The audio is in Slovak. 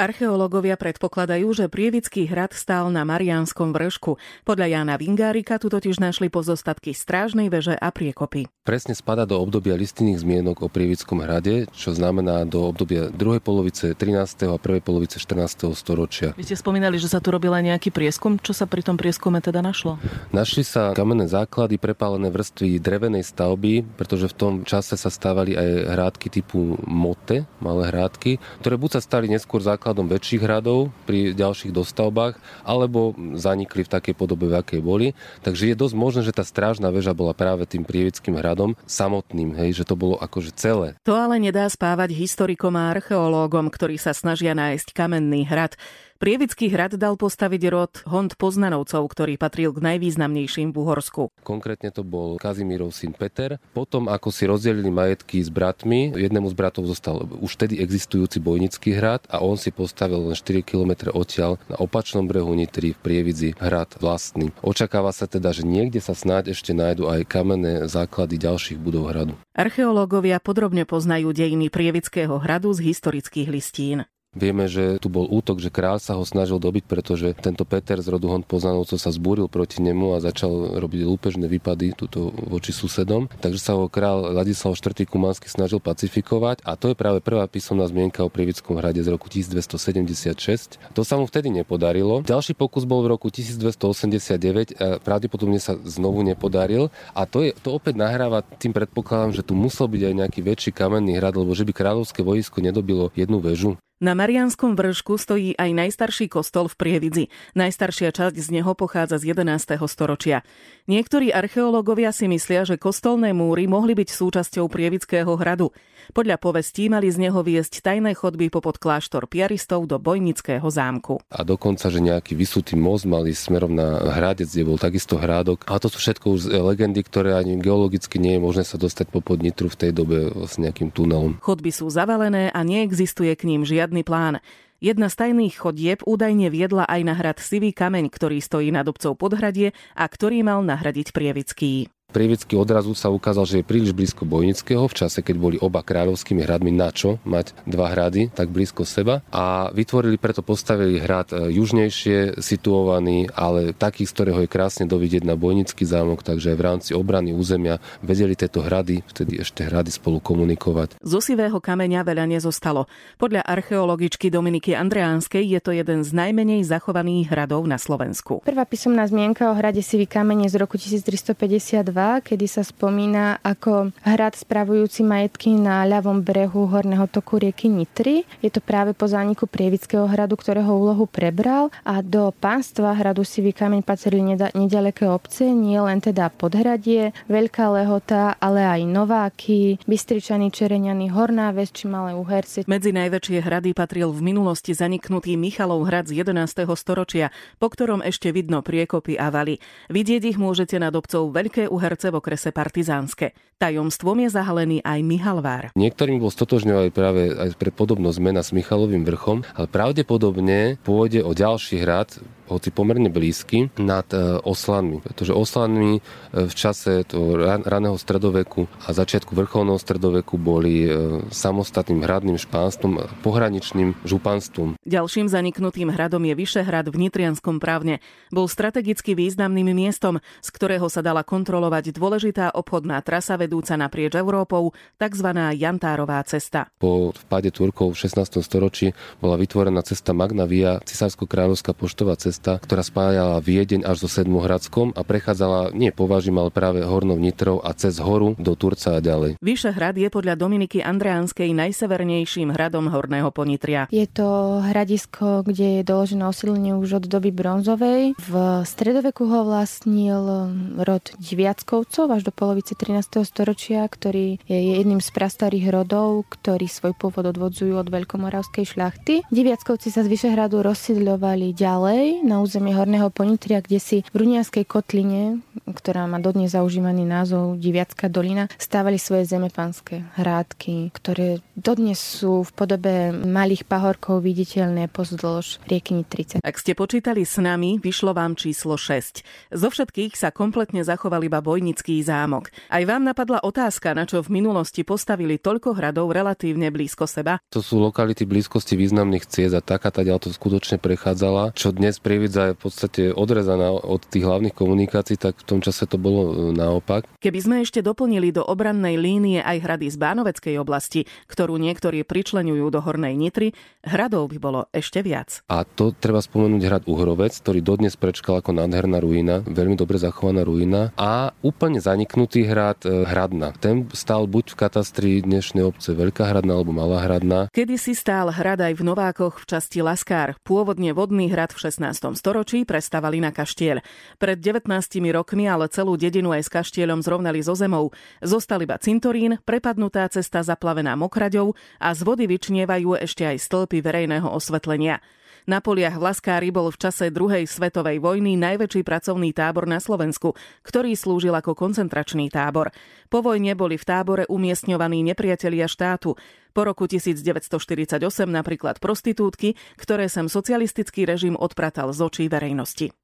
Archeológovia predpokladajú, že Prievický hrad stál na Mariánskom vršku. Podľa Jána Vingárika tu totiž našli pozostatky strážnej veže a priekopy. Presne spada do obdobia listinných zmienok o Prievickom hrade, čo znamená do obdobia druhej polovice 13. a prvej polovice 14. storočia. Vy ste spomínali, že sa tu robila nejaký prieskum. Čo sa pri tom prieskume teda našlo? Našli sa kamenné základy, prepálené vrstvy drevenej stavby, pretože v tom čase sa stávali aj hrádky typu motte, malé hrádky, ktoré buď sa stali neskôr základom väčších hradov pri ďalších dostavbách, alebo zanikli v takej podobe, v akej boli. Takže je dosť možné, že tá strážna väža bola práve tým Prievickým hradom samotným, že to bolo akože celé. To ale nedá spávať historikom a archeológom, ktorí sa snažia nájsť kamenný hrad. Prievický hrad dal postaviť rod Hont Poznanovcov, ktorý patril k najvýznamnejším v Uhorsku. Konkrétne to bol Kazimírov syn Peter. Potom, ako si rozdelili majetky s bratmi, jednému z bratov zostal už vtedy existujúci Bojnický hrad a on si postavil len 4 km odtiaľ na opačnom brehu Nitry v Prievidzi hrad vlastný. Očakáva sa teda, že niekde sa snáď ešte nájdu aj kamenné základy ďalších budov hradu. Archeológovia podrobne poznajú dejiny Prievického hradu z historických listín. Vieme, že tu bol útok, že kráľ sa ho snažil dobiť, pretože tento Peter z rodu Hont Poznanovcov sa zbúril proti nemu a začal robiť lúpežné výpady tuto voči susedom. Takže sa ho kráľ Ladislav IV. Kumanský snažil pacifikovať a to je práve prvá písomná zmienka o Prievickom hrade z roku 1276. To sa mu vtedy nepodarilo. Ďalší pokus bol v roku 1289 a pravdepodobne sa znovu nepodaril a to opäť nahráva tým predpokladom, že tu musel byť aj nejaký väčší kamenný hrad, lebo že by kráľovské vojsko nedobilo jednu väžu. Na Mariánskom vršku stojí aj najstarší kostol v Prievidzi. Najstaršia časť z neho pochádza z 11. storočia. Niektorí archeológovia si myslia, že kostolné múry mohli byť súčasťou Prievického hradu. Podľa povestí mali z neho viesť tajné chodby popod kláštor piaristov do Bojnického zámku. A dokonca, že nejaký vysutý most mali smerom na Hradec, kde bol takisto hrádok. A to sú všetko už legendy, ktoré ani geologicky nie je možné sa dostať popod Nitru v tej dobe s nejakým tunelom. Chodby sú zavalené a neexistuje k ním žiadny plán. Jedna z tajných chodieb údajne viedla aj na hrad Sivý kameň, ktorý stojí nad obcov Podhradie a ktorý mal nahradiť Prievický. Prievický odrazu sa ukázal, že je príliš blízko Bojnického v čase, keď boli oba kráľovskými hradmi, načo mať dva hrady tak blízko seba a postavili hrad južnejšie situovaný, ale taký, z ktorého je krásne dovidieť na Bojnický zámok, takže v rámci obrany územia vedeli tieto hrady, vtedy ešte hrady spolu komunikovať. Zo Sivého kameňa veľa nezostalo. Podľa archeologičky Dominiky Andreánskej je to jeden z najmenej zachovaných hradov na Slovensku. Prvá písomná zmienka o hrade Sivý kameň je z roku 1352, kedy sa spomína ako hrad spravujúci majetky na ľavom brehu horného toku rieky Nitry. Je to práve po zániku Prievického hradu, ktorého úlohu prebral a do pánstva hradu Sivý kameň patrili nedaleké obce, nie len teda Podhradie, Veľká Lehota, ale aj Nováky, Bystričany, Čereňany, Horná Ves či Malé Uherci. Medzi najväčšie hrady patril v minulosti zaniknutý Michalov hrad z 11. storočia, po ktorom ešte vidno priekopy a valy. Vidieť ich môžete nad obcov Veľké Uherce v okrese Partizánske. Tajomstvom je zahalený aj Mihalvár. Niektorým bol stotožňovať práve aj pre podobnosť mena s Michalovým vrchom, ale pravdepodobne pôjde o ďalší hrad, hoci pomerne blízky, nad Oslanmi. Pretože Oslanmi v čase raného stredoveku a začiatku vrcholného stredoveku boli samostatným hradným špánstvom, pohraničným županstvom. Ďalším zaniknutým hradom je Vyšehrad v Nitrianskom Právne. Bol strategicky významným miestom, z ktorého sa dala kontrolovať dôležitá obchodná trasa vedúca naprieč Európou, tzv. Jantárová cesta. Po vpáde Turkov v 16. storočí bola vytvorená cesta Magna Via, cisársko-kráľovská poštová cesta, ktorá spájala Viedeň až so Sedmohradskom a prechádzala nie Považím, ale práve Hornou Nitrou a cez horu do Turca a ďalej. Vyšehrad je podľa Dominiky Andreánskej najsevernejším hradom Horného Ponitria. Je to hradisko, kde je doložené osídlenie už od doby bronzovej. V stredoveku ho vlastnil rod Diviackovcov až do polovice 13. storočia, ktorý je jedným z prastarých rodov, ktorí svoj pôvod odvodzujú od veľkomoravskej šľachty. Diviackovci sa z Vyšehradu rozsídľovali ďalej na územie Horného Ponitria, kde si v Runianskej kotline, ktorá má dodnes zaužívaný názov Diviacká dolina, stávali svoje zemepanské hrádky, ktoré dodnes sú v podobe malých pahorkov viditeľné pozdĺž rieky Nitrice. Ak ste počítali s nami, vyšlo vám číslo 6. Zo všetkých sa kompletne zachoval iba Vojnický zámok. Aj vám napadla otázka, na čo v minulosti postavili toľko hradov relatívne blízko seba? To sú lokality blízkosti významných ciest a taká tá ďalto skutočne prechádzala. Čo dnes Prievidza je v podstate odrezaná od tých hlavných komunikácií, tak v tom čase to bolo naopak. Keby sme ešte doplnili do obrannej línie aj hrady z Bánoveckej oblasti, ktorú niektorí pričleňujú do Hornej Nitry, hradov by bolo ešte viac. A to treba spomenúť hrad Uhrovec, ktorý dodnes prečkal ako nádherná ruína, veľmi dobre zachovaná ruína, a úplne zaniknutý hrad Hradna. Ten stál buď v katastri dnešnej obce Veľká Hradná alebo Malá Hradná. Kedysi stál hrad aj v Novákoch v časti Laskár. Pôvodne vodný hrad v 16. storočí prestavali na kaštieľ. Pred 19 rokmi ale celú dedinu aj s kaštieľom zrovnali so zemou. Zostal iba cintorín, prepadnutá cesta zaplavená mokraďou a z vody vyčnievajú ešte aj stĺpy verejného osvetlenia. Na poliach v Laskári bol v čase druhej svetovej vojny najväčší pracovný tábor na Slovensku, ktorý slúžil ako koncentračný tábor. Po vojne boli v tábore umiestňovaní nepriatelia štátu. Po roku 1948 napríklad prostitútky, ktoré sem socialistický režim odpratal z očí verejnosti.